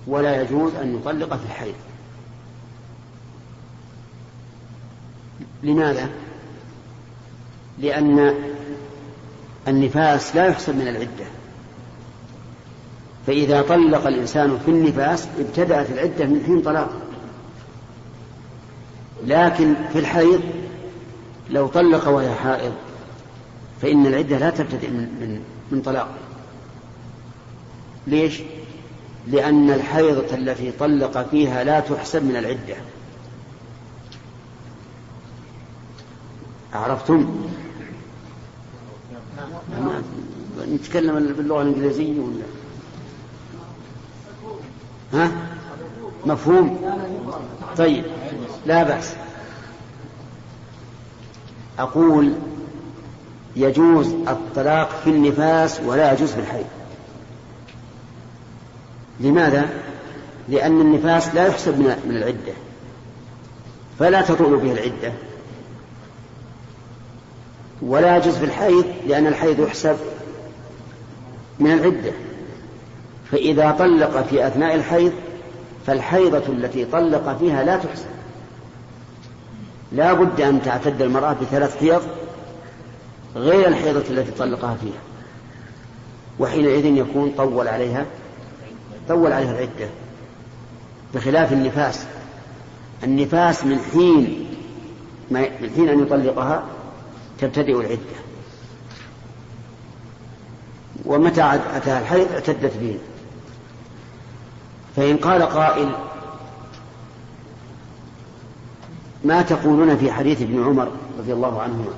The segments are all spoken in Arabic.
ولا يجوز أن يطلق في الحيض. لماذا؟ لأن النفاس لا يحسب من العدة، فإذا طلق الإنسان في النفاس ابتدأت العدة من حين طلاق. لكن في الحيض لو طلق وهي حائض فإن العدة لا تبتدئ من طلاق. ليش؟ لأن الحيضة التي طلق فيها لا تحسب من العدة. عرفتم؟ نتكلم باللغة الإنجليزية ولا؟ ها؟ مفهوم؟ طيب لا بأس. أقول يجوز الطلاق في النفاس ولا يجوز في الحيض. لماذا؟ لأن النفاس لا يحسب من العدة فلا تطول به العدة، ولا يجوز في الحيض لأن الحيض يحسب من العدة. فإذا طلق في أثناء الحيض فالحيضة التي طلق فيها لا تحسب، لا بد أن تعتد المرأة ب3 حيض غير الحيضة التي طلقها فيها، وحينئذ يكون طول عليها العدة، بخلاف النفاس. النفاس من حين أن يطلقها تبتدئ العدة، ومتى أتاها الحيض اعتدت به. فإن قال قائل ما تقولون في حديث ابن عمر رضي الله عنهما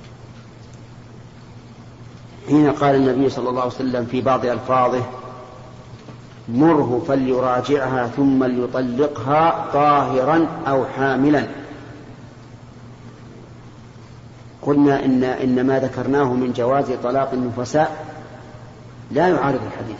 حين قال النبي صلى الله عليه وسلم في بعض ألفاظه مره فليراجعها ثم ليطلقها طاهرا أو حاملا؟ قلنا إن ما ذكرناه من جواز طلاق النفساء لا يعارض الحديث،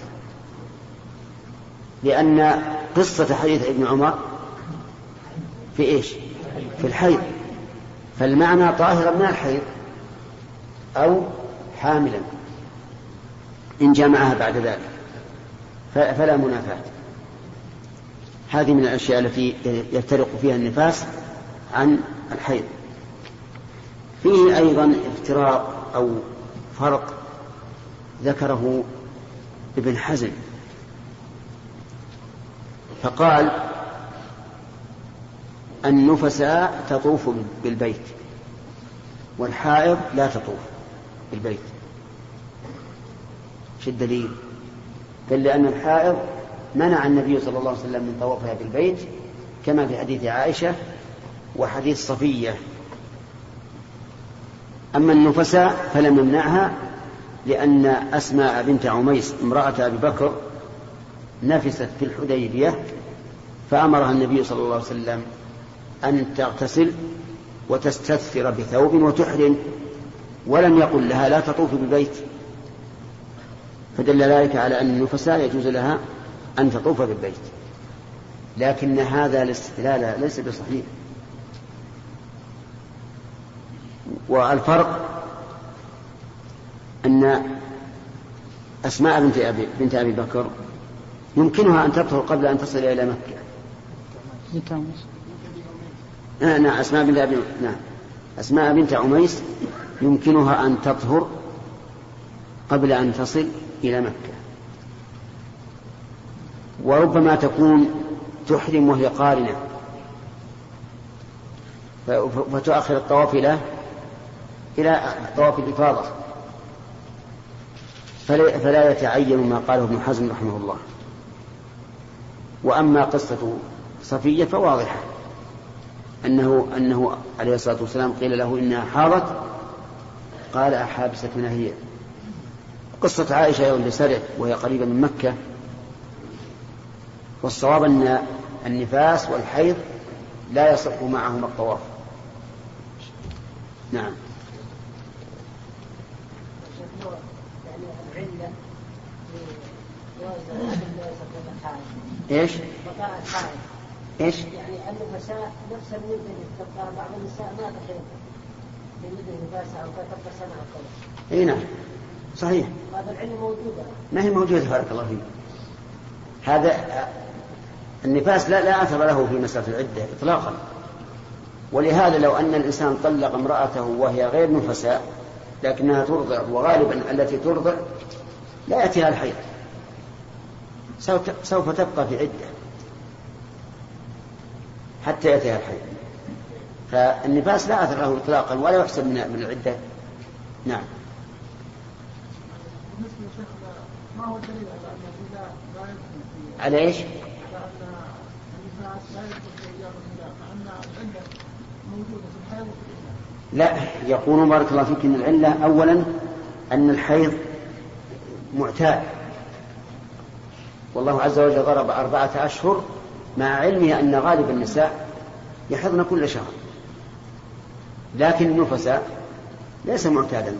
لأن قصة حديث ابن عمر في إيش؟ في الحيض، فالمعنى طاهرا من الحيض أو حاملا إن جمعها بعد ذلك فلا منافاة. هذه من الأشياء التي يفترق فيها النفاس عن الحيض. فيه أيضا افتراق أو فرق ذكره ابن حزم، فقال النفساء تطوف بالبيت والحائض لا تطوف بالبيت. شو الدليل؟ قال لأن الحائض منع النبي صلى الله عليه وسلم من طوافها بالبيت كما في حديث عائشة وحديث صفية. أما النفساء فلم يمنعها لأن أسماء بنت عميس امرأة أبي بكر نفست في الحديبية فأمرها النبي صلى الله عليه وسلم أن تغتسل وتستثر بثوب وتحرم، ولم يقل لها لا تطوف بالبيت، فدل ذلك على أن النفساء يجوز لها أن تطوف بالبيت. لكن هذا الاستدلال ليس بصحيح. والفرق أن أسماء بنت أبي بكر يمكنها أن تطهر قبل أن تصل إلى مكة. أسماء بنت عميس يمكنها أن تطهر قبل أن تصل إلى مكة، وربما تكون تحرم وهي قارنة فتؤخر الطواف إلى طواف الإفاضة، فلا يتعين ما قاله ابن حزم رحمه الله. وأما قصة صفية فواضحة، أنه عليه الصلاة والسلام قيل له إنها حاضت قال أحابستنا هي. قصة عائشة يوم سرت وهي قريبة من مكة، والصواب أن النفاس والحيض لا يصح معهما الطواف. نعم. ايش؟ بقاء الحائض. ايش؟ يعني النفساء نفس المدة اللي تبقى بعض النساء ما تحيض في مدة النفاسة أو تبقى سنة أو كذا. اي نعم صحيح. هذا العلم موجود. ما هي موجودة بارك الله فيك. النفاس لا أثر له في مسألة العدة إطلاقا. ولهذا لو أن الإنسان طلق امرأته وهي غير نفساء لكنها ترضع، وغالبا التي ترضع لا يأتيها الحيض، سوف تبقى في عدة حتى يأتيها الحيض. فالنفاس لا أثر له إطلاقا ولا يحسب من العدة. نعم. ما هو الدليل على أن النساء لا يدخل على إيش؟ على أن النساء لا يدخل في أيام النساء، فأن العلة موجودة في الحيض وفي الإناث. لا، يقول بارك الله فيك إن العلة أولا أن الحيض معتاد، والله عز وجل ضرب 4 أشهر مع علمه أن غالب النساء يحضن كل شهر، لكن النفساء ليس معتادا.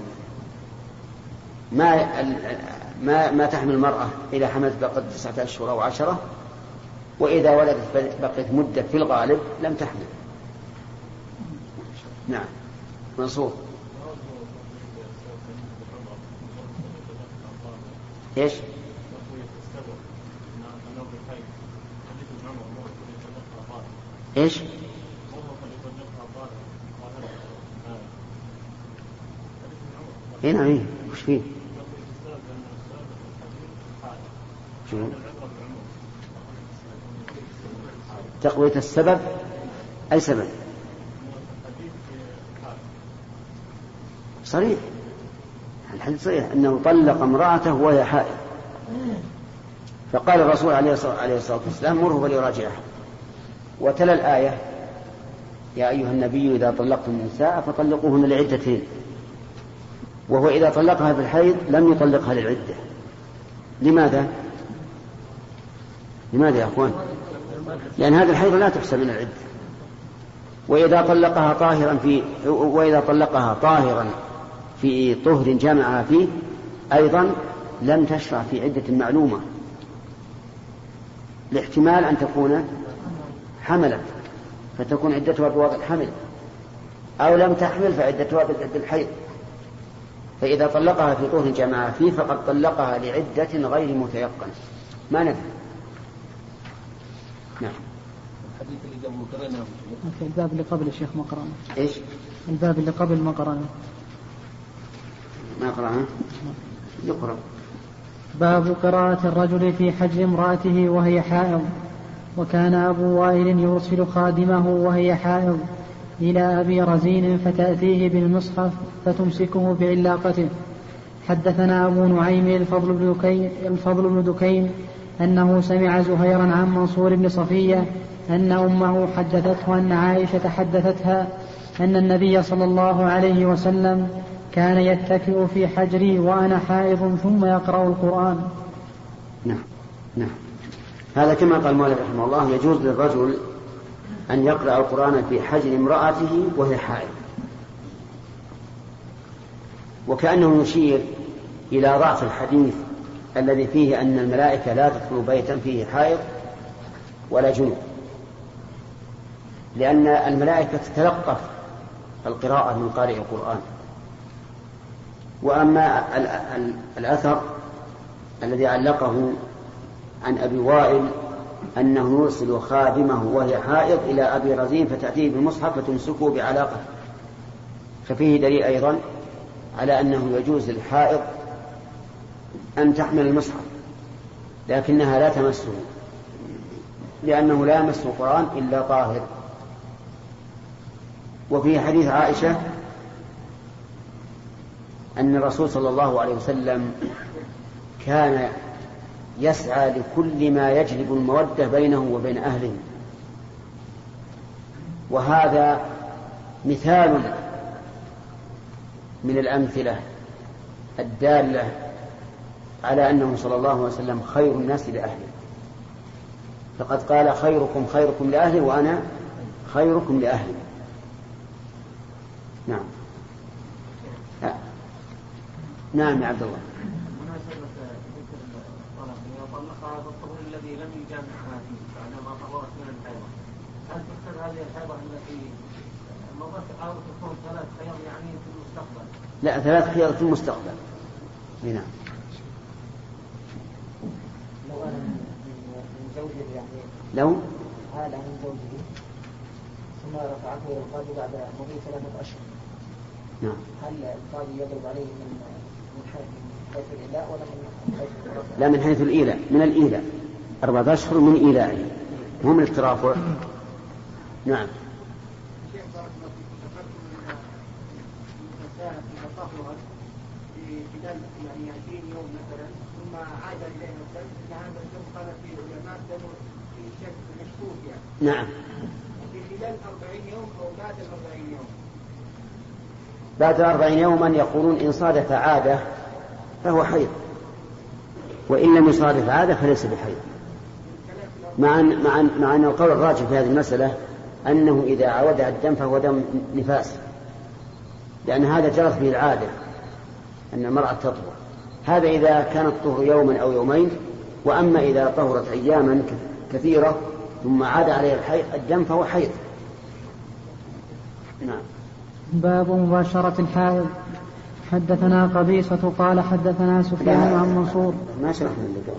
ما تحمل المرأة إذا حملت بقت 9 أشهر أو 10، وإذا ولدت بقت مدة في الغالب لم تحمل. نعم. منصور. إيش؟ إيش؟ هنا إيه؟ وش فيه؟ تقوية السبب. أي سبب؟ صريح، الحديث صريح أنه طلق امرأته وهي حائض، فقال الرسول عليه الصلاة والسلام مره فليراجعها، وتلا الآية يا أيها النبي إذا طلقتم النساء فطلقوهن لعدتهن، وهو إذا طلقها في الحيض لم يطلقها للعدة. لماذا يا أخوان؟ لأن هذا الحيض لا تحسب من العدة. وإذا طلقها طاهرا في طهر جمعها فيه أيضا لم تشرع في عدة معلومة، لاحتمال أن تكون حملت فتكون عدتها بوضع الحمل، أو لم تحمل فعدتها بالحيض. فإذا طلقها في طهر جمعها فيه فقد طلقها لعدة غير متيقن، ما ندري. نعم. الحديث اللي قبل قرأناه. الباب اللي قبل الشيخ ما قرأنا. إيش؟ الباب اللي قبل ما قرأنا. ما قرأنا؟ يقرأ. باب قراءة الرجل في حجر امرأته وهي حائض. وكان أبو وائل يرسل خادمه وهي حائض إلى أبي رزين فتأتيه بالمصحف فتمسكه بعلاقته. حدثنا أبو نعيم الفضل بن دكين أنه سمع زهيرا عن منصور بن صفية أن أمه حدثته أن عائشة حدثتها أن النبي صلى الله عليه وسلم كان يتكئ في حجري وأنا حائض ثم يقرأ القرآن. نعم. هذا كما قال المؤلف رحمه الله يجوز للرجل أن يقرأ القرآن في حجر امرأته وهي حائض، وكأنه يشير إلى ضعف الحديث الذي فيه أن الملائكة لا تدخل بيتا فيه حائض ولا جنوب، لأن الملائكة تتلقف القراءة من قارئ القرآن. وأما الأثر الذي علقه عن أبي وائل أنه يرسل خادمه وهي حائض إلى أبي رزين فتأتيه بالمصحف فتمسكه بعلاقة، ففيه دليل أيضا على أنه يجوز للحائض أن تحمل المصحف لكنها لا تمسه، لأنه لا يمس القرآن إلا طاهر. وفي حديث عائشة أن الرسول صلى الله عليه وسلم كان يسعى لكل ما يجلب المودة بينه وبين أهله، وهذا مثال من الأمثلة الدالة على أنه صلى الله عليه وسلم خير الناس لأهله، فقد قال خيركم خيركم لأهله وأنا خيركم لأهلي. نعم. نعم يا عبد الله. طلقها بالطهور الذي لم يجامعها فيه بعدما طهرت من الحيضة، هل تحسب هذه الحيضة التي مضت أو تكون 3 حيض يعني في المستقبل؟ لا، 3 حيض في المستقبل. نعم. لو أنا من زوجه يعني لو هال عن زوجه ثم رفعته إلى القاضي بعد مضي 3 أشهر. نعم. هل القاضي يضرب عليه من حيث الإيلاء ولا من حيث الرفع؟ لا، من حيث الإيلاء، من الإيلاء 4 أشهر من إيلائه، مو من الترافع. نعم. شيخ بارك الله فيكم، ذكرتم ان الانسان اذا طهرت في خلال يعني 20 يوم مثلا ثم عاد اليه مثلا ان هذا الدم قال في العلماء دم في شك مشكوك يعني. نعم. في خلال 40 يوم او بعد 40 يوم. بعد 40 يوما يقولون إن صادف عادة فهو حيض، وإن لم يصادف عادة فليس بحيض. مع أن القول الراجح في هذه المسألة أنه إذا عودها الدم فهو دم نفاس، لأن هذا جرت به العادة أن المرأة تطهر. هذا إذا كانت طهر يوما أو يومين، وأما إذا طهرت أياما كثيرة ثم عاد عليه الدم فهو حيض. نعم. باب مباشرة الحائض. حدثنا قبيصة قال حدثنا سفيان عن منصور. ما شرحنا اللي قبل.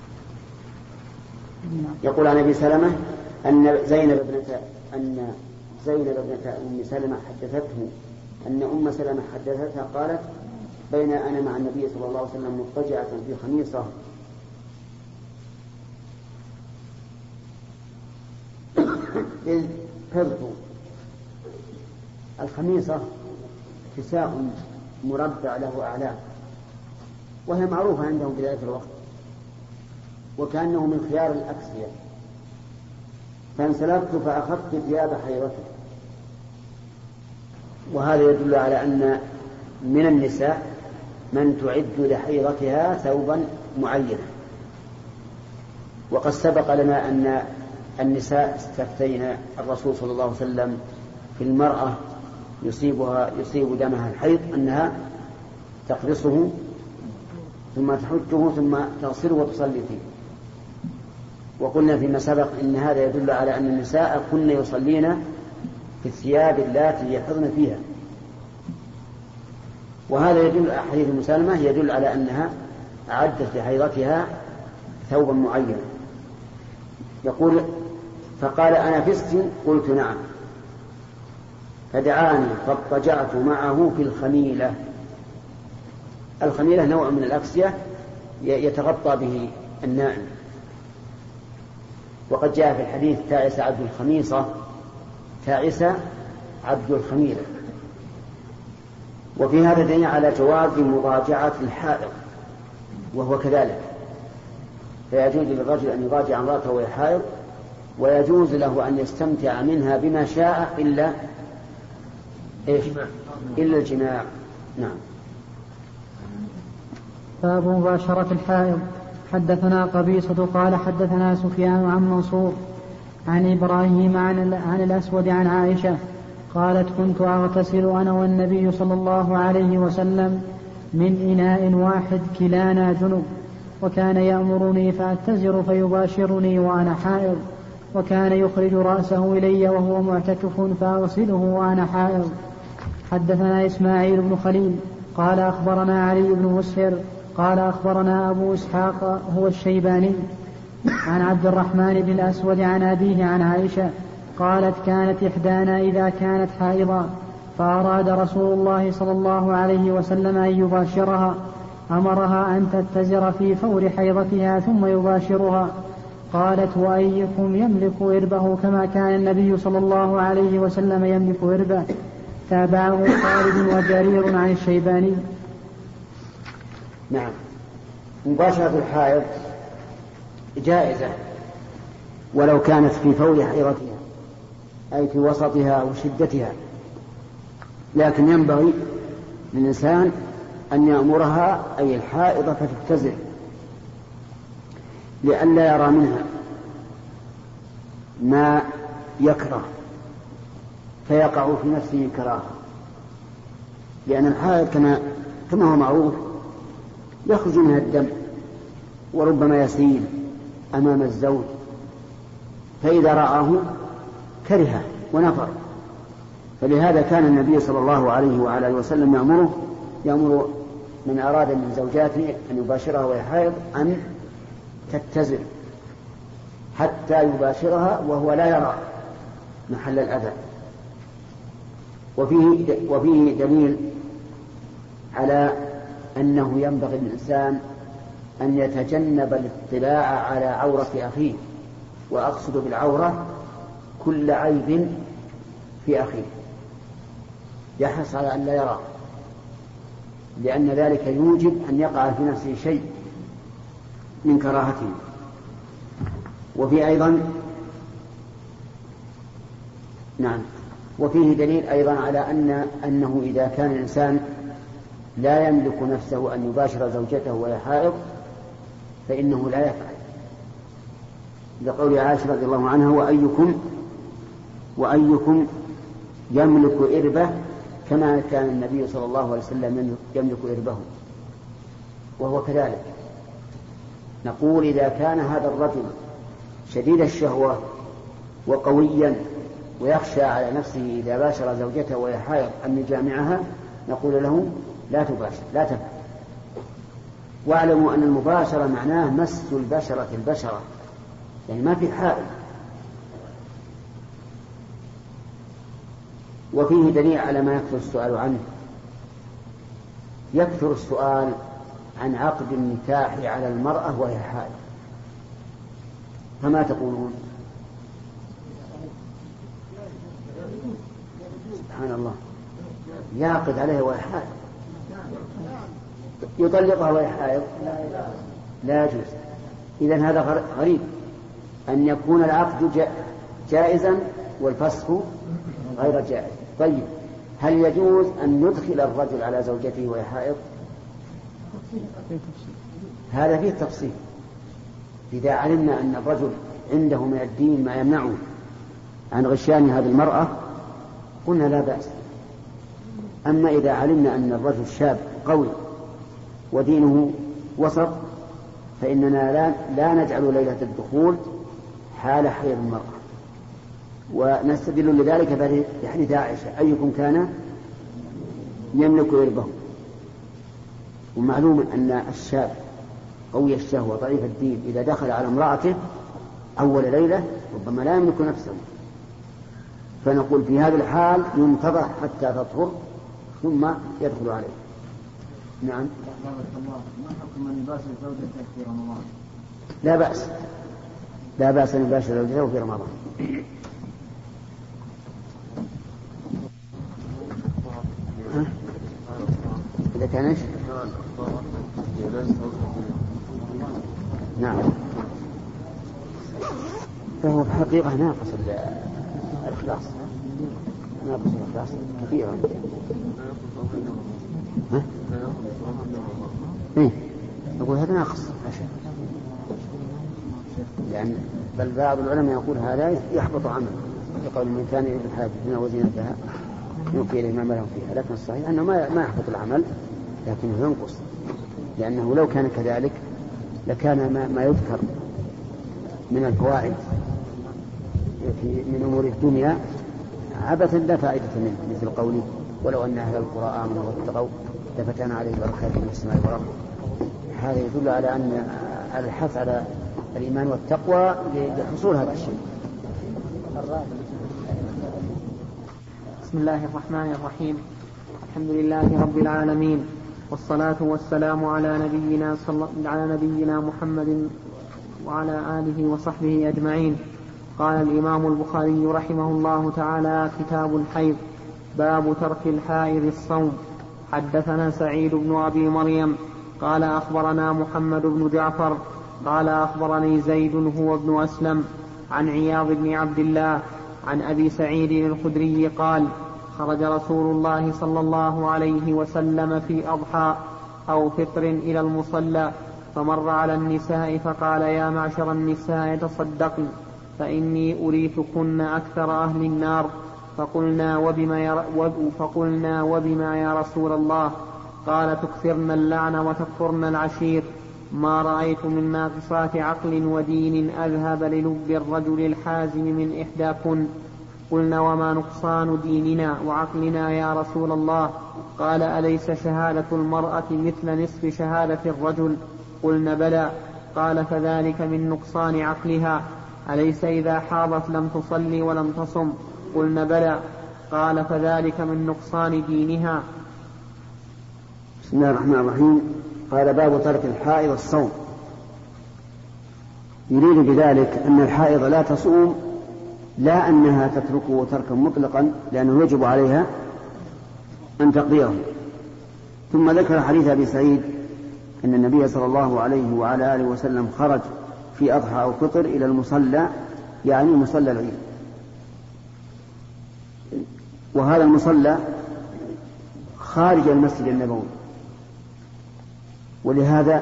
يقول عن أبي سلمة أن زينب ابنة أم سلمة حدثته أن أم سلمة حدثتها قالت: بين أنا مع النبي صلى الله عليه وسلم مضطجعة في خميصة إذ حضت. الخميصة كساء مربع له أعلام، وهي معروفة عندهم في ذلك الوقت، وكأنه من خيار الأكسية. فانسلبت فأخذت ثياب حيرته. وهذا يدل على أن من النساء من تعد لحيرتها ثوبا معينا. وقد سبق لنا أن النساء استفتين الرسول صلى الله عليه وسلم في المرأة يصيب دمها الحيض أنها تقرصه ثم تحجه ثم تغسله وتصلي فيه. وقلنا فيما سبق إن هذا يدل على أن النساء كن يصلين في الثياب التي يحضن فيها. وهذا يدل حديث أم سلمة يدل على أنها أعدت لحيضتها ثوبا معينا. يقول: فقال: أنا فست؟ قلت: نعم. فدعاني فاضطجعت معه في الخميلة. الخميلة نوع من الأكسية يتغطى به النائم. وقد جاء في الحديث: تعس عبد الخميصة، تعس عبد الخميلة. وفي هذا دليل على جواز مضاجعة الحائض، وهو كذلك، فيجوز للرجل أن يضاجع امرأته وهي حائض، ويجوز له أن يستمتع منها بما شاء إلا الجماع. نعم. باب مباشرة الحائض. حدثنا قبيصة قال حدثنا سفيان عن منصور عن إبراهيم عن الأسود عن عائشة قالت: كنت أغتسل أنا والنبي صلى الله عليه وسلم من إناء واحد كلانا جنب، وكان يأمرني فأتزر فيباشرني وأنا حائض، وكان يخرج رأسه إلي وهو معتكف فأغسله وأنا حائض. حدثنا إسماعيل بن خليل قال أخبرنا علي بن مسهر قال أخبرنا أبو إسحاق هو الشيباني عن عبد الرحمن بن الأسود عن أبيه عن عائشة قالت: كانت إحدانا إذا كانت حائضا فأراد رسول الله صلى الله عليه وسلم أن يباشرها أمرها أن تتزر في فور حيضتها ثم يباشرها. قالت: وأيكم يملك إربه كما كان النبي صلى الله عليه وسلم يملك إربه. تابعه خالد وجرير عن الشيباني. نعم. مباشرة الحائض جائزة ولو كانت في فور حيضتها أي في وسطها وشدتها، لكن ينبغي للإنسان أن يأمرها أي الحائضة فتتزر لئلا يرى منها ما يكره فيقع في نفسه كراهة، لأن الحائض كما هو معروف يخرج منها الدم وربما يسيل أمام الزوج، فإذا رآه كره ونفر. فلهذا كان النبي صلى الله عليه وعلى وسلم يأمر من أراد من زوجاته أن يباشرها وهي حائض أن تتزر حتى يباشرها وهو لا يرى محل الأذى. وفيه دليل على أنه ينبغي للإنسان أن يتجنب الاطلاع على عورة أخيه، وأقصد بالعورة كل عيب في أخيه، يحرص على أن لا يرى، لأن ذلك يوجب أن يقع في نفسه شيء من كراهته. وفيه دليل أيضا على أنه إذا كان الإنسان لا يملك نفسه أن يباشر زوجته وهي حائض فإنه لا يفعل، لقول عائشة رضي الله عنها: وأيكم يملك إربه كما كان النبي صلى الله عليه وسلم يملك إربه. وهو كذلك. نقول إذا كان هذا الرجل شديد الشهوة وقويا ويخشى على نفسه إذا باشر زوجته وهي حائض أن يجامعها، نقول له: لا تباشر، لا تفعل. واعلموا أن المباشرة معناه مس البشرة، يعني ما في حائل. وفيه دليل على ما يكثر السؤال عنه. يكثر السؤال عن عقد النكاح على المرأة وهي حائل، فما تقولون؟ سبحان الله، يعقد عليها وهي حائل، يطلقها وهي حائل؟ لا يجوز. إذن هذا غريب أن يكون العقد جائزا والفسخ غير جائز. طيب، هل يجوز أن يدخل الرجل على زوجته وهي حائض؟ هذا فيه تفصيل. إذا علمنا أن الرجل عنده من الدين ما يمنعه عن غشيان هذه المرأة قلنا لا بأس. أما إذا علمنا أن الرجل شاب قوي ودينه وسط فإننا لا نجعل ليلة الدخول حال حيض المرأة. ونستدل لذلك بحديث عائشة: أيكم كان يملك إربه. ومعلوم أن الشاب قوي الشهوة ضعيف الدين إذا دخل على امرأته أول ليلة ربما لا يملك نفسه، فنقول في هذا الحال ينتظر حتى تطهر ثم يدخل عليه. نعم. ما حكم من يباشر زوجته في رمضان؟ لا بأس أن يباشر زوجته في رمضان. إذا كان إيش؟ نعم، فهو في الحقيقة ناقص الإخلاص، كثيرا. أقول هذا ناقص لأن بل بعض العلماء يقول هذا يحبط عمله، يقول من كان يريد الحياة الدنيا وزينتها يوفي إليه ما له فيها. لكن الصحيح أنه ما يحبط العمل لكنه ينقص، لأنه لو كان كذلك لكان ما يذكر من الفوائد من أمور الدنيا عبثا لا فائدة منه، مثل قوله: ولو أن أهل القرى آمنوا واتقوا لفتحنا عليهم بركات من السماء والأرض. هذا يدل على أن الحث على الإيمان والتقوى لحصول هذا الشيء. بسم الله الرحمن الرحيم. الحمد لله رب العالمين، والصلاة والسلام على نبينا محمد وعلى آله وصحبه أجمعين. قال الإمام البخاري رحمه الله تعالى: كتاب الحيض، باب ترك الحائض الصوم. حدثنا سعيد بن أبي مريم قال أخبرنا محمد بن جعفر قال أخبرني زيد هو ابن أسلم عن عياض بن عبد الله عن أبي سعيد الخدري قال: خرج رسول الله صلى الله عليه وسلم في أضحى أو فطر إلى المصلى، فمر على النساء فقال: يا معشر النساء تصدقن فإني أريتكن أكثر أهل النار. فقلنا وبما يا رسول الله؟ قال: تكثرن اللعن وتكفرن العشير. ما رأيت من ناقصات عقل ودين أذهب للب الرجل الحازم من إحداكن. قلنا: وما نقصان ديننا وعقلنا يا رسول الله؟ قال: أليس شهادة المرأة مثل نصف شهادة الرجل؟ قلنا: بلى. قال: فذلك من نقصان عقلها. أليس إذا حاضت لم تصلي ولم تصم؟ قلنا بلى. قال فذلك من نقصان دينها. بسم الله الرحمن الرحيم. قال باب ترك الحائض الصوم. يريد بذلك أن الحائض لا تصوم، لا أنها تتركه تركا مطلقا لأنه يجب عليها أن تقضيه. ثم ذكر حديث أبي سعيد أن النبي صلى الله عليه وعلى آله وسلم خرج في أضحى أو فطر إلى المصلى، يعني مصلى العيد، وهذا المصلى خارج المسجد النبوي. ولهذا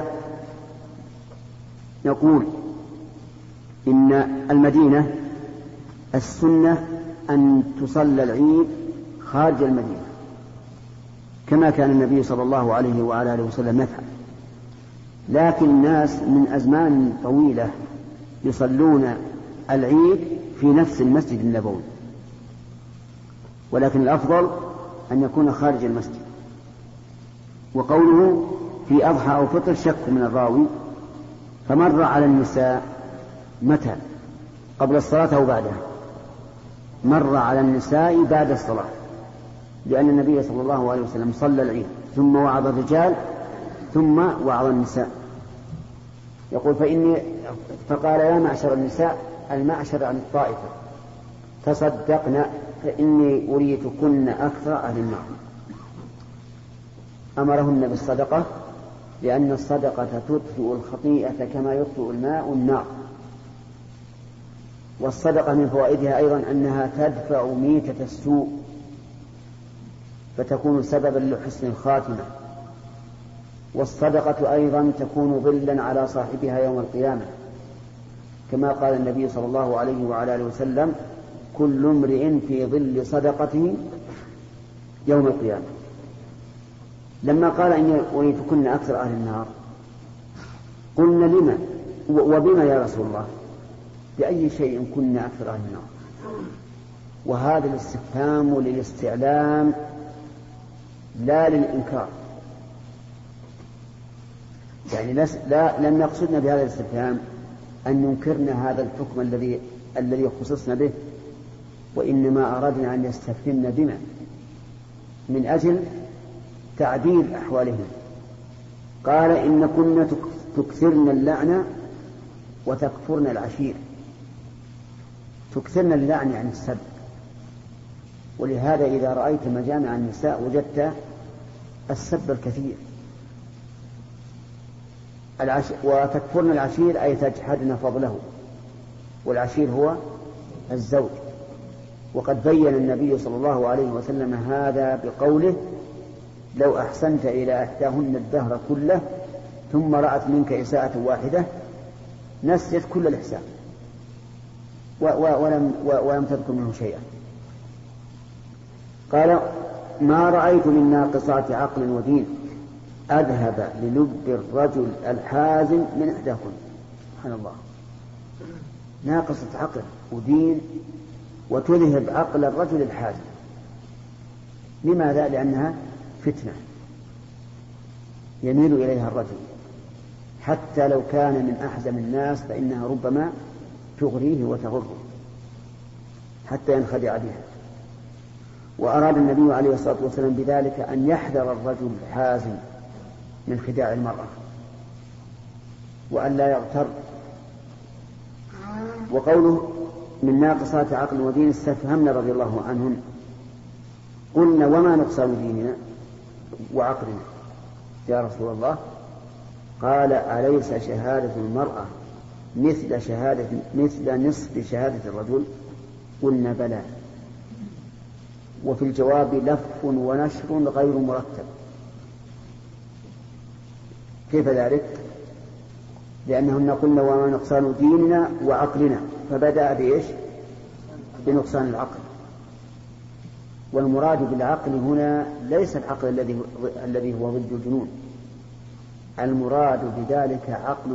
نقول إن المدينة السنة أن تصلى العيد خارج المدينة كما كان النبي صلى الله عليه وعلى آله وسلم يفعل. لكن الناس من أزمان طويلة يصلون العيد في نفس المسجد النبوي، ولكن الأفضل أن يكون خارج المسجد. وقوله في أضحى أو فطر شك من الراوي، فمر على النساء متى؟ قبل الصلاة أو بعدها؟ مر على النساء بعد الصلاة، لأن النبي صلى الله عليه وسلم صلى العيد ثم وعظ الرجال ثم وعظ النساء. يقول فقال يا معشر النساء، المعشر عن الطائفة، تصدقن فإني أريتكن أكثر أهل النار. أمرهن بالصدقة لأن الصدقة تطفئ الخطيئة كما يطفئ الماء النار. والصدقة من فوائدها أيضا أنها تدفع ميتة السوء فتكون سببا لحسن الخاتمة. والصدقة أيضا تكون ظلا على صاحبها يوم القيامة، كما قال النبي صلى الله عليه وعلى آله وسلم كل امرئ في ظل صدقته يوم القيامة. لما قال إني أريتكن أكثر أهل النار قلنا لما وبما يا رسول الله؟ بأي شيء كنا أكثر أهل النار؟ وهذا الاستفهام للاستعلام لا للإنكار، يعني لم يقصدنا بهذا الاستفهام أن ننكرنا هذا الحكم الذي خصصنا به، وإنما أردنا أن يستفهمنا بما من أجل تعديل أحوالهم. قال إن كنا تكثرن اللعنة وتكفرن العشير. تكثرن اللعن عن السب، ولهذا إذا رأيت مجامع النساء وجدت السب الكثير. وتكفرن العشير أي تجحدن فضله، والعشير هو الزوج. وقد بين النبي صلى الله عليه وسلم هذا بقوله لو أحسنت إلى إحداهن الدهر كله ثم رأت منك إساءة واحدة نسيت كل الإحسان ولم تذكر منه شيئا. قال ما رأيت من ناقصات عقل ودين أذهب للب الرجل الحازم من إحداكم. سبحان الله، ناقصة عقل ودين وتذهب عقل الرجل الحازم. لماذا؟ لأنها فتنة يميل إليها الرجل، حتى لو كان من أحزم الناس فإنها ربما تغريه وتغره حتى ينخدع بها. وأراد النبي عليه الصلاة والسلام بذلك أن يحذر الرجل الحازم من خداع المرأة وأن لا يغتر. وقوله من ناقصات عقل ودين استفهمنا رضي الله عنهم. قلنا وما نقصان ديننا وعقلنا يا رسول الله؟ قال أليس شهادة المرأة مثل نصف شهادة الرجل؟ قلنا بلى. وفي الجواب لف ونشر غير مرتب. كيف ذلك؟ لأنهن قلنا وما نقصان ديننا وعقلنا، فبدأ بإيش؟ بنقصان العقل. والمراد بالعقل هنا ليس العقل الذي هو ضد الجنون، المراد بذلك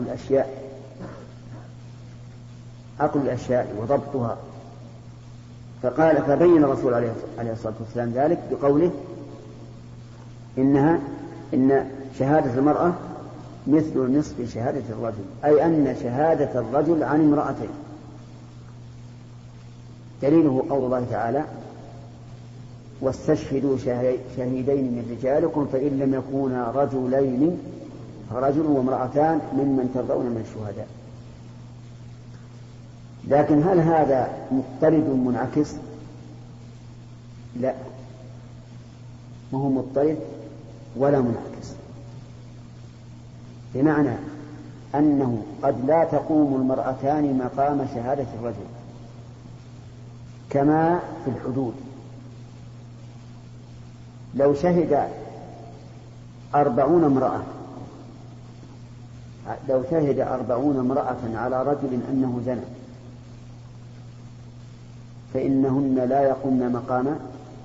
عقل الأشياء وضبطها. فبين الرسول عليه الصلاة والسلام ذلك بقوله إن شهادة المرأة مثل نصف شهادة الرجل، أي أن شهادة الرجل عن امرأتين دليله قول الله تعالى واستشهدوا شهيدين من رجالكم فإن لم يكونا رجلين فرجل وامرأتان ممن ترضون من الشهداء. لكن هل هذا مضطرد منعكس؟ لا، ما هو مضطرد ولا منعكس، بمعنى أنه قد لا تقوم المرأتان مقام شهادة الرجل كما في الحدود. لو شهد 40 امرأة على رجل أنه زنى فإنهن لا يقومن مقام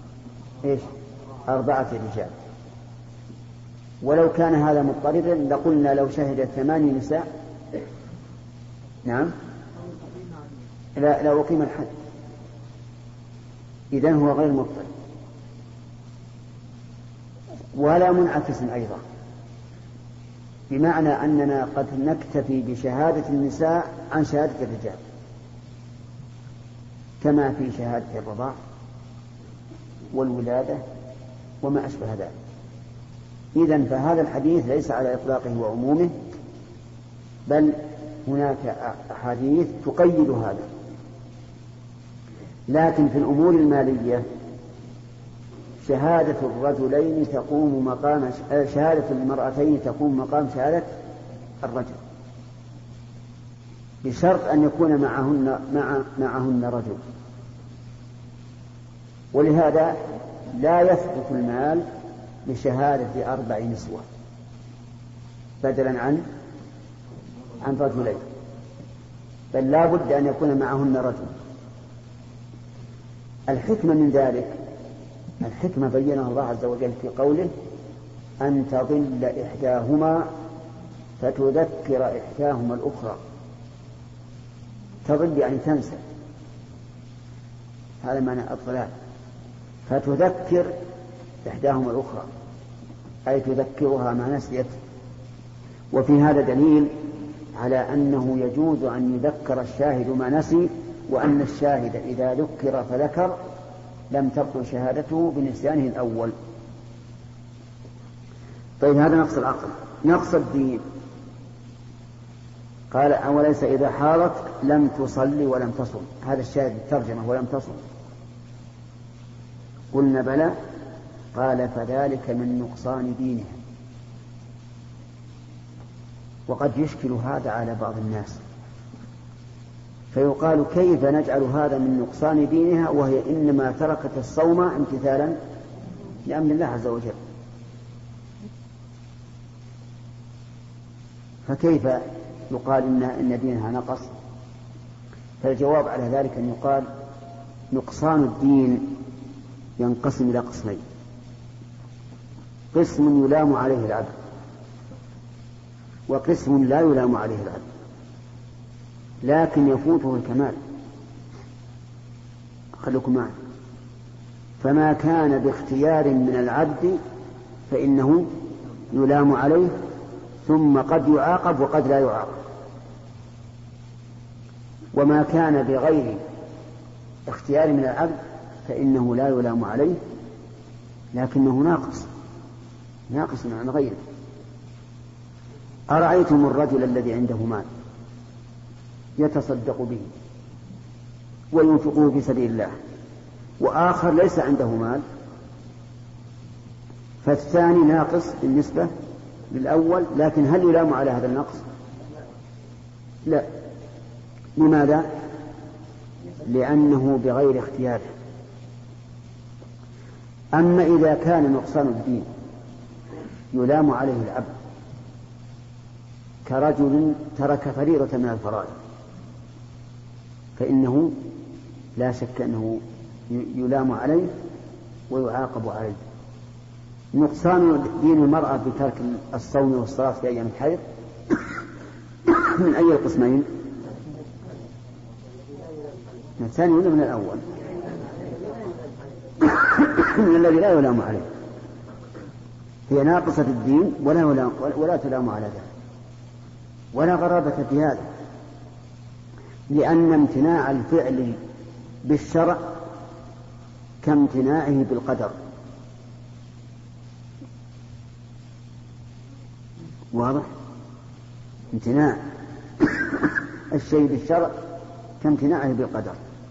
4 رجال. ولو كان هذا مضطردا لقلنا لو شهد 8 نساء نعم لا أقيم الحد. إذن هو غير مضطرد ولا منعكس أيضا، بمعنى أننا قد نكتفي بشهادة النساء عن شهادة الرجال كما في شهادة الرضاع والولادة وما أشبه ذلك. إذن فهذا الحديث ليس على إطلاقه وعمومه، بل هناك أحاديث تقيد هذا. لكن في الأمور المالية شهادة الرجلين تقوم مقام شهادة المرأتين تقوم مقام شهادة الرجل، بشرط أن يكون معهن رجل. ولهذا لا يثبت المال بشهادة 4 نسوة بدلا عن رجلين، بل لا بد أن يكون معهن رجل. الحكمة من ذلك، الحكمة بينها الله عز وجل في قوله أن تضل إحداهما فتذكر إحداهما الأخرى. تضل يعني تنسى، هذا معنى الضلال. فتذكر إحداهما الأخرى أي تذكرها ما نسيت. وفي هذا دليل على أنه يجوز أن يذكر الشاهد ما نسي، وأن الشاهد إذا ذكر فذكر لم تبطل شهادته بنسيانه الأول. طيب هذا نقص العقل. نقص الدين قال أوليس إذا حاضت لم تصلي ولم تصم، هذا الشاهد الترجمة ولم تصم. قلنا بلى، قال فذلك من نقصان دينها. وقد يشكل هذا على بعض الناس، فيقال كيف نجعل هذا من نقصان دينها وهي إنما تركت الصوم امتثالا لأمر الله عز وجل؟ فكيف يقال إن دينها نقص؟ فالجواب على ذلك أن يقال نقصان الدين ينقسم إلى قسمين: قسم يلام عليه العبد، وقسم لا يلام عليه العبد لكن يفوته الكمال. خليكم معي. فما كان باختيار من العبد فإنه يلام عليه، ثم قد يعاقب وقد لا يعاقب. وما كان بغير اختيار من العبد فإنه لا يلام عليه لكنه ناقص عن غيره. أرأيتم الرجل الذي عنده مال يتصدق به وينفقه في سبيل الله، وآخر ليس عنده مال، فالثاني ناقص بالنسبة للأول، لكن هل يلام على هذا النقص؟ لا. لماذا؟ لأنه بغير اختياره. أما إذا كان نقصان الدين يلام عليه العبد كرجل ترك فريضة من الفرائض فإنه لا شك أنه يلام عليه ويعاقب عليه. نقصان دين المرأة بترك الصوم والصلاة في أيام الحيض من أي القسمين؟ من الثاني ولا من الأول؟ من الذي لا يلام عليه. هي ناقصة الدين ولا تلام على ذلك، ولا غرابة في هذا، لأن امتناع الفعل بالشرع كامتناعه بالقدر. واضح؟ امتناع الشيء بالشرع كامتناعه بالقدر.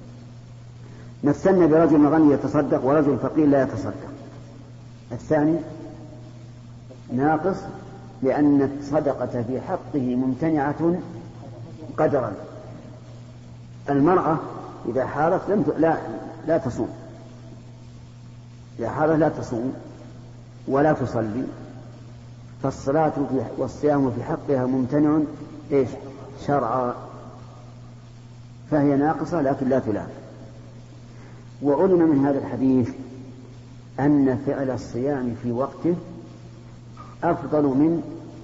مثلنا برجل غني يتصدق ورجل فقير لا يتصدق. الثاني ناقص لأن الصدقة في حقه ممتنعة قدرا. المرأة إذا حارت لا تصوم، إذا حارت لا تصوم ولا تصلي، فالصلاة والصيام في حقها ممتنع شرعا، فهي ناقصة لكن لا تلام. وعلم من هذا الحديث أن فعل الصيام في وقته أفضل من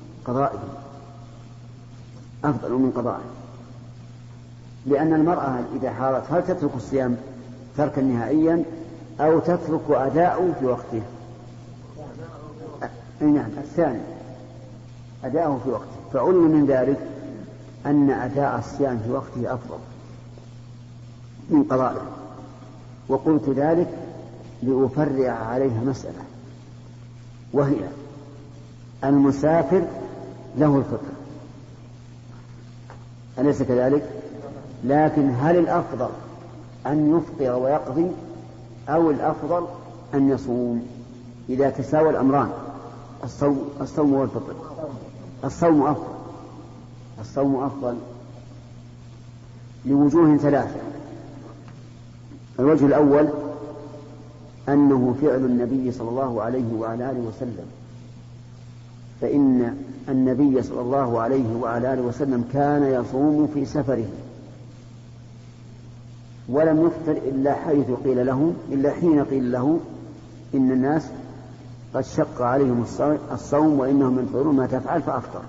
قضائه، لأن المرأة إذا حارت هل تترك الصيام تركا نهائيا أو تترك أداءه في وقته؟ نعم، الثاني أداءه في وقته. فعلم من ذلك أن أداء الصيام في وقته أفضل من قضائه. وقلت ذلك لأفرع عليها مسألة، وهي المسافر له الفطر، أليس كذلك؟ لكن هل الأفضل أن يفطر ويقضي أو الأفضل أن يصوم؟ إذا تساوى الأمران الصوم والفطر، الصوم أفضل لوجوه ثلاثة. الوجه الأول أنه فعل النبي صلى الله عليه وعلى آله وسلم، فإن النبي صلى الله عليه وعلى آله وسلم كان يصوم في سفره ولم يفطر إلا حين قيل له إن الناس قد شق عليهم الصوم وإنهم ينفرون ما تفعل فأفطر.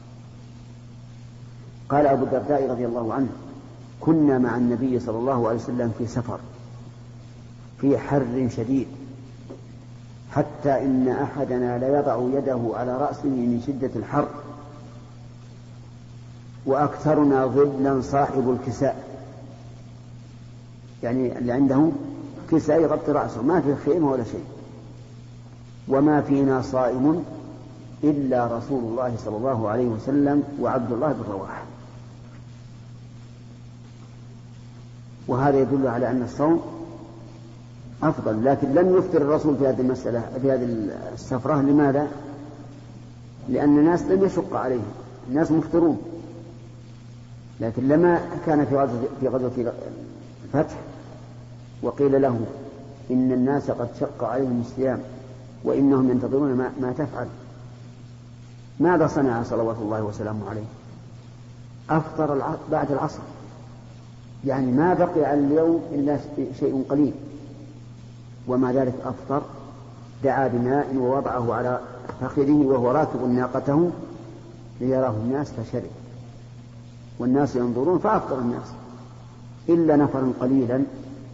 قال أبو الدرداء رضي الله عنه: كنا مع النبي صلى الله عليه وسلم في سفر في حر شديد، حتى إن أحدنا ليضع يده على رأسه من شدة الحر، وأكثرنا ظلا صاحب الكساء، يعني اللي عنده كساء يغطي رأسه، ما في خيمة ولا شيء، وما فينا صائم إلا رسول الله صلى الله عليه وسلم وعبد الله بن رواحة. وهذا يدل على أن الصوم أفضل، لكن لم يفطر الرسول في هذه المسألة في هذه السفرة. لماذا؟ لأن الناس لم يشق عليهم، الناس مفطرون. لكن لما كان في غزوة الفتح وقيل له إن الناس قد شق عليهم الصيام وإنهم ينتظرون ما تفعل، ماذا صنع صلوات الله وسلامه عليه؟ أفطر بعد العصر، يعني ما بقي على اليوم إلا شيء قليل، ومع ذلك أفطر. دعا بماء ووضعه على فخذه وهو راكب ناقته ليراه الناس فشرب، والناس ينظرون فأفطر الناس، إلا نفرا قليلا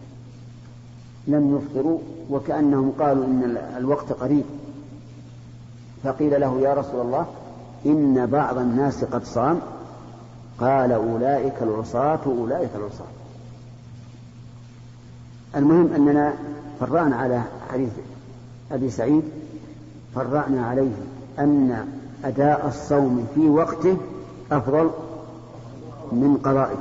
لم يفطروا، وكأنهم قالوا إن الوقت قريب، فقيل له: يا رسول الله إن بعض الناس قد صام. قال: أولئك العصاة أولئك العصاة. المهم أننا فرعنا على حديث أبي سعيد، فرعنا عليه أن أداء الصوم في وقته أفضل من قضائه،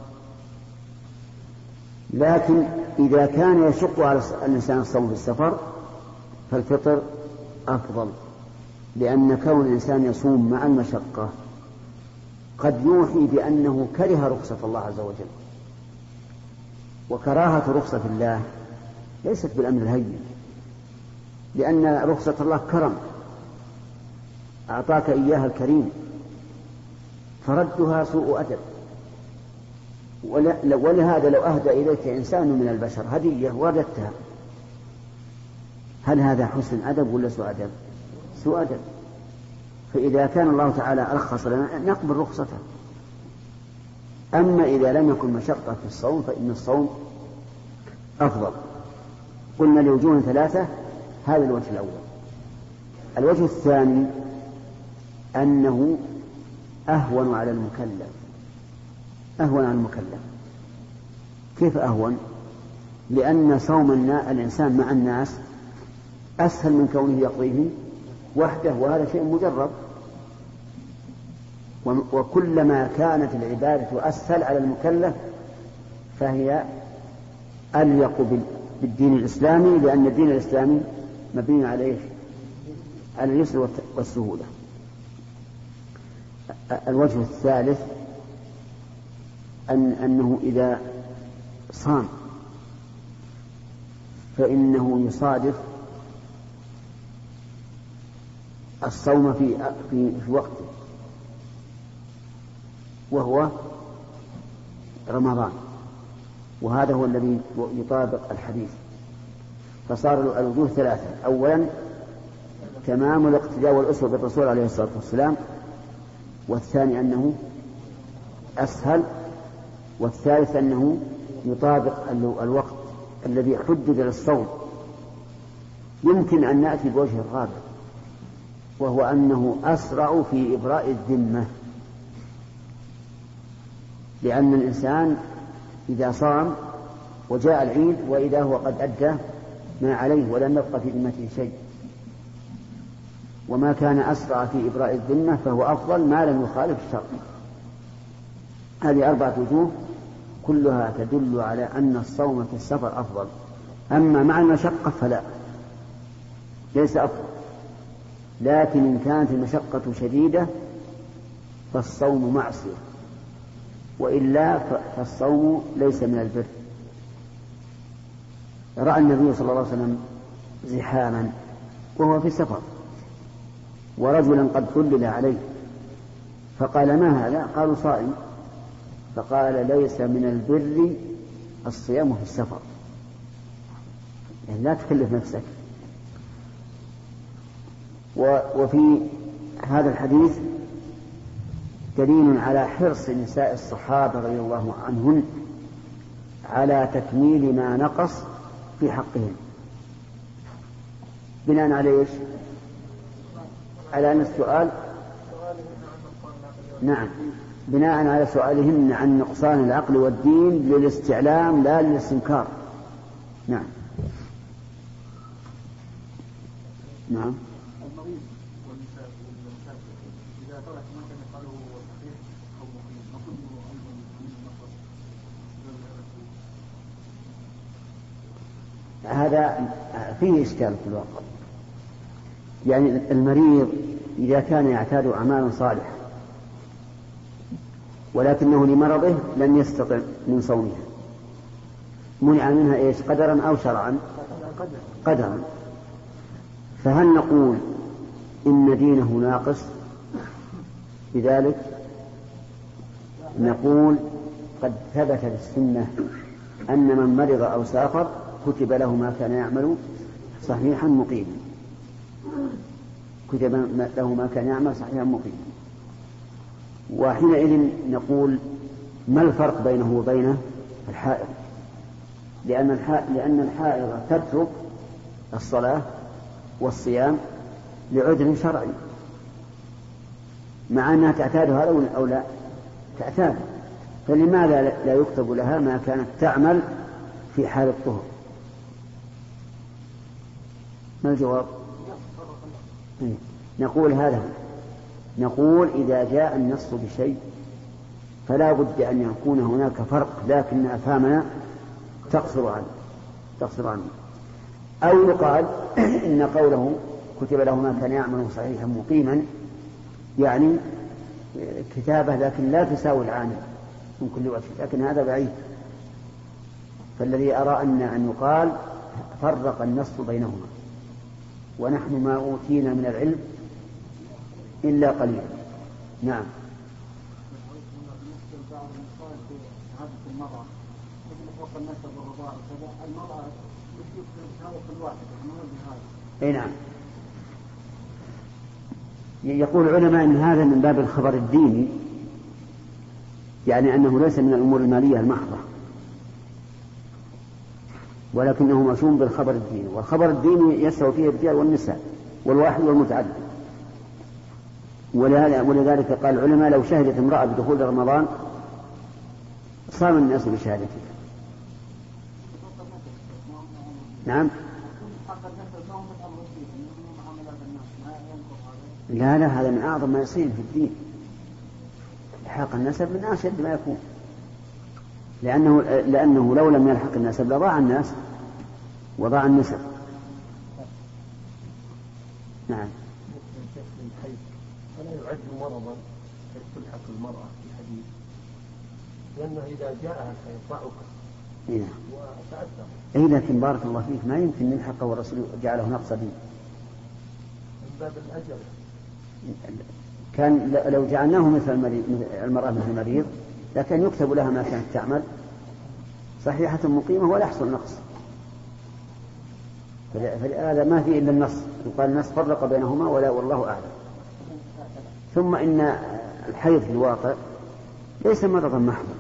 لكن إذا كان يشق على الإنسان الصوم في السفر فالفطر أفضل، لأن كون الإنسان يصوم مع المشقة قد يوحي بأنه كره رخصة الله عز وجل، وكراهة رخصة الله ليست بالأمر الهين، لأن رخصة الله كرم أعطاك إياها الكريم، فردها سوء أدب. ولهذا لو أهدى إليك إنسان من البشر هدية وردتها، هل هذا حسن أدب ولا سوء أدب؟ سوء أدب. فإذا كان الله تعالى رخص لنا نقبل رخصته. أما إذا لم يكن مشقة في الصوم فإن الصوم أفضل. قلنا لوجوه ثلاثة، هذا الوجه الأول. الوجه الثاني أنه أهون على المكلف. كيف أهون؟ لأن صوم الإنسان مع الناس أسهل من كونه يقضيه وحده، وهذا شيء مجرب. وكلما كانت العبادة أسهل على المكلف فهي أليق بالدين الإسلامي، لأن الدين الإسلامي مبني على اليسر والسهولة. الوجه الثالث أنه إذا صام فإنه يصادف الصوم في وقته، وهو رمضان، وهذا هو الذي يطابق الحديث. فصار الوجوه ثلاثة: أولا تمام الاقتداء والأسوة بالرسول عليه الصلاة والسلام، والثاني أنه أسهل، والثالث أنه يطابق الوقت الذي حدد للصوم. يمكن أن نأتي بوجه الرابع، وهو أنه أسرع في إبراء الذمة، لأن الإنسان إذا صام وجاء العيد وإذا هو قد أدى ما عليه ولم يبق في ذمته شيء، وما كان أسرع في إبراء الذمة فهو أفضل ما لم يخالف الشرع. هذه 4 وجوه كلها تدل على أن الصوم في السفر أفضل. أما مع المشقة فلا، ليس أفضل، لكن إن كانت المشقة شديدة فالصوم معصية، وإلا فالصوم ليس من البر. رأى النبي صلى الله عليه وسلم زحاما وهو في السفر، ورجلا قد ظلل عليه، فقال: ما هذا؟ قالوا: صائم. فقال: ليس من البر الصيام في السفر، يعني لا تكلف نفسك. وفي هذا الحديث دليل على حرص نساء الصحابة رضي الله عنهن على تكميل ما نقص في حقهم، بناء على إيش؟ على أن السؤال، نعم، بناء على سؤالهن عن نقصان العقل والدين للاستعلام لا للاستنكار. نعم. نعم. المريض والنساء إذا ترك ما كان يفعله هو صحيح أو مقيم نقول أيضا من النقص. هذا فيه إشكال في الواقع. يعني المريض إذا كان يعتاد أعمالا صالحة ولكنه لمرضه لم يستطع من صومها، منع منها إيش؟ قدرا أو شرعا؟ قدرا. فهل نقول إن دينه ناقص بذلك؟ نقول قد ثبت في السنة أن من مرض أو سافر كتب له ما كان يعمل صحيحا مقيما، كتب له ما كان يعمل صحيحا مقيما. وحينئذ نقول: ما الفرق بينه وبين الحائض؟ لأن الحائض تترك الصلاة والصيام لعذر شرعي، مع أنها تعتاد هذا أو لا تعتاد، فلماذا لا يكتب لها ما كانت تعمل في حال الطهر؟ ما الجواب؟ نقول هذا، نقول إذا جاء النص بشيء فلا بد أن يكون هناك فرق، لكن أفهامنا تقصر عنه. أو يقال إن قوله كتب له ما كان يعمل صحيحا مقيما يعني كتابة لكن لا تساوي العامل من كل وجه، لكن هذا بعيد. فالذي أرى أن يقال فرق النص بينهما، ونحن ما أوتينا من العلم إلا قليلا. نعم. أي نعم. يقول العلماء أن هذا من باب الخبر الديني، يعني أنه ليس من الأمور المالية المحضة، ولكنه مشوم بالخبر الديني، والخبر الديني يسعى فيه الرجال والنساء والواحد والمتعدد. ولذلك قال العلماء: لو شهدت امرأة بدخول رمضان صام الناس بشهادتها. نعم. لا هذا من أعظم ما يصير في الدين. إلحاق النسب من أشد ما يكون، لأنه لو لم يلحق النسب لضاع الناس وضاع النسب. نعم. فلا يعد مرضا تلحق المرأة في الحديث، لأنه إذا جاءها الحيض ضعف وتأثر. لكن بارك الله فيك ما يمكن نلحقه والرسول جعله نقص دين. من باب الأجل. كان لو جعلناه مثل المرأة مثل المريض لكن يكتب لها ما كانت تعمل صحيحة مقيمة ولا يحصل نقص. فلهذا ما في إلا النص، يقال النص فرق بينهما ولا والله أعلم. ثم إن الحيض في الواقع ليس مرضا محضا،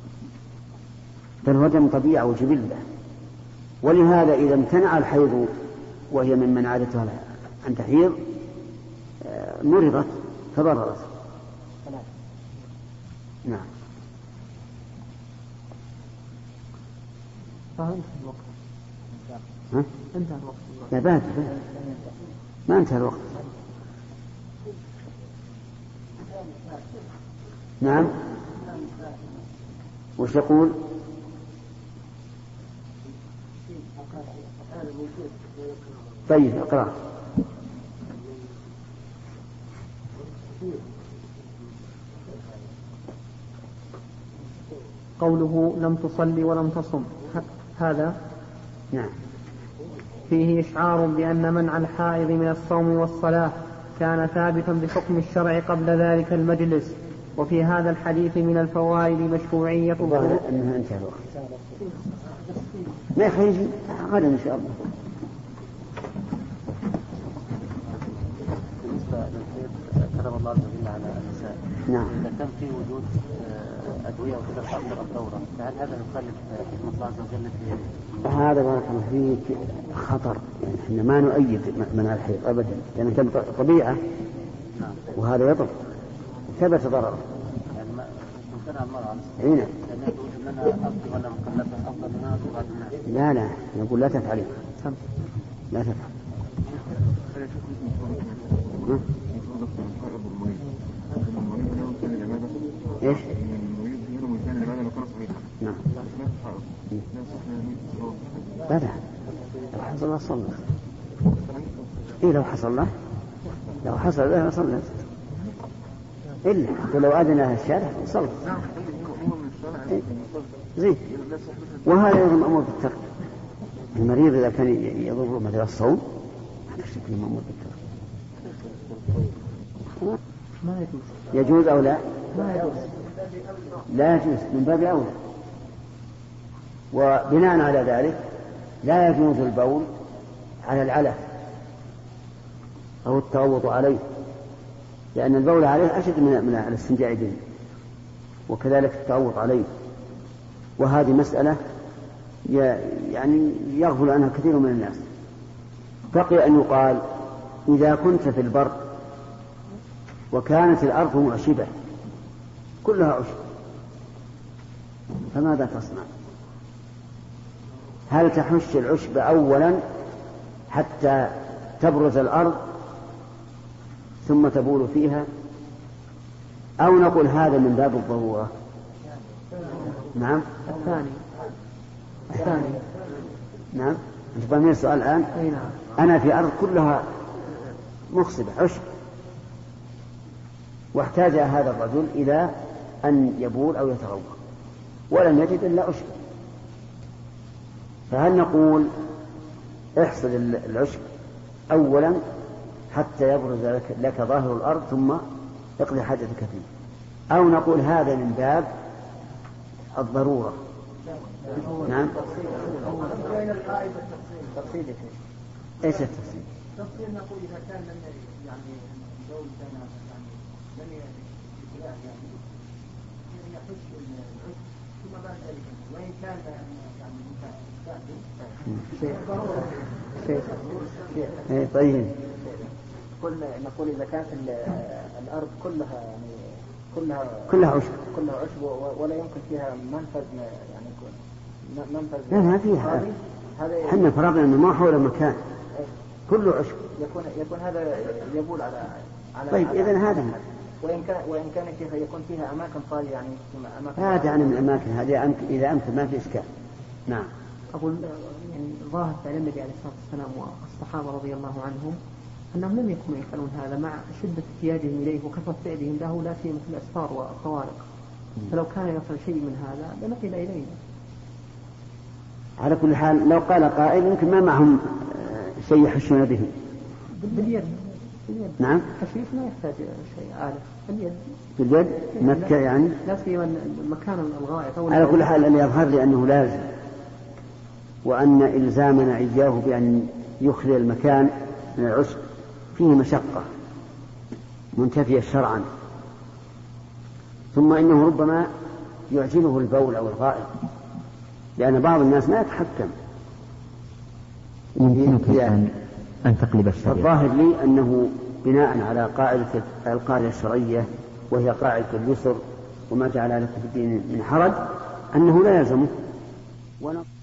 بل هو دم طبيعة وجبلة، ولهذا إذا امتنع الحيض وهي ممن عادتها أن تحيض مرضت فضررت. نعم. انتهى الوقت. انتهى الوقت. لا بعد ما انتهى الوقت. نعم. وش يقول؟ طيب اقرأ. قوله لم تصلي ولم تصم، هذا نعم فيه إشعار بأن منع الحائض من الصوم والصلاة كان ثابتا بحكم الشرع قبل ذلك المجلس. وفي هذا الحديث من الفوائد مشروعية الظاهر أنها انتهى الوقت. ما يخرج غدا إن شاء الله. كتب الله عز وجل على النساء. نعم. إذا كان في وجود أدوية وكذا تأثر الدورة، فهل هذا يخالف حكمة الله عز وجل في هذا؟ بارك الله فيك خطر، يعني احنا ما نؤيد منع الحيض أبدا، لأن كان طبيعة وهذا يضر ثبت ضرره. يعني ما تمتنع المرأة عن هنا يعني يقول لنا أفضل ولا مكلفة أفضل منها بعد الناس. لا نقول لا تفعلي، لا تفعل. ايش؟ نعم. لا لو حصل الله صلى. لو حصل له صلى. إلا ولو أذنها الشارع صلى. زين. وهذا أيضا مأمور بالترك. المريض إذا كان يضر مثل الصوم هذا شكل مأمور بالترك. يجوز أو لا؟ لا يجوز من باب أولى. وبناء على ذلك لا يجوز البول على العلف أو التغوط عليه، لأن البول عليه أشد من الاستنجاء به، وكذلك التغوط عليه. وهذه مسألة يعني يغفل عنها كثير من الناس. بقي أن يقال إذا كنت في البر وكانت الأرض معشبة كلها عشب فماذا تصنع؟ هل تحش العشب أولا حتى تبرز الأرض ثم تبول فيها، أو نقول هذا من باب الضرورة؟ نعم. الثاني. نعم. أنت فاهمين السؤال الآن؟ أنا في أرض كلها مخصبة عشب، واحتاج هذا الرجل إلى أن يبول أو يتغوط ولم يجد إلا عشب، فهل نقول احصد العشب أولا حتى يبرز لك ظاهر الأرض ثم اقضي حاجتك فيه، أو نقول هذا من باب الضرورة؟ نعم. ايش التفصيل؟ تفصيل نقول إذا كان يعني الدول كان يعني لم يحس العشب ثم بعد ذلك وإن كان يعني طيب. نقول إذا كانت الأرض كلها يعني كلها عشب ولا يمكن فيها منفذ يعني منفذ لا ما فيها احنا فرضنا انه ما حول مكان كله عشب. يكون هذا يبول على طيب اذا هذا وان كان شيخ يكون فيها اماكن طاليه يعني اماكن هذا يعني من الاماكن هذه اذا امكن ما في اشكال. نعم. اقول يعني ظاهر فعل النبي عليه الصلاه والسلام والصحابه رضي الله عنهم انهم لم يكونوا يفعلون هذا مع شده احتياجهم اليه وكثره فعلهم له لا سيما في الاسفار والطوارئ. فلو كان يصل شيء من هذا لنقل اليه. على كل حال لو قال قائل يمكن ما معهم شيء يحشون به. باليد. نعم. التشريف ما يحتاج شيء آلة. باليد مكة يعني. لا سيما مكان الغائط. على كل حال اللي يظهر لي أنه لازم، وأن إلزامنا إياه بأن يخلي المكان من العشب فيه مشقة منتفية شرعا، ثم إنه ربما يعجبه البول أو الغائط، لأن بعض الناس ما يتحكم. يمكنك أن تقلب الشريعة. الظاهر لي أنه بناء على القاعدة الشرعية وهي قاعدة اليسر وما جعل لكم في الدين من حرج أنه لا يلزمه.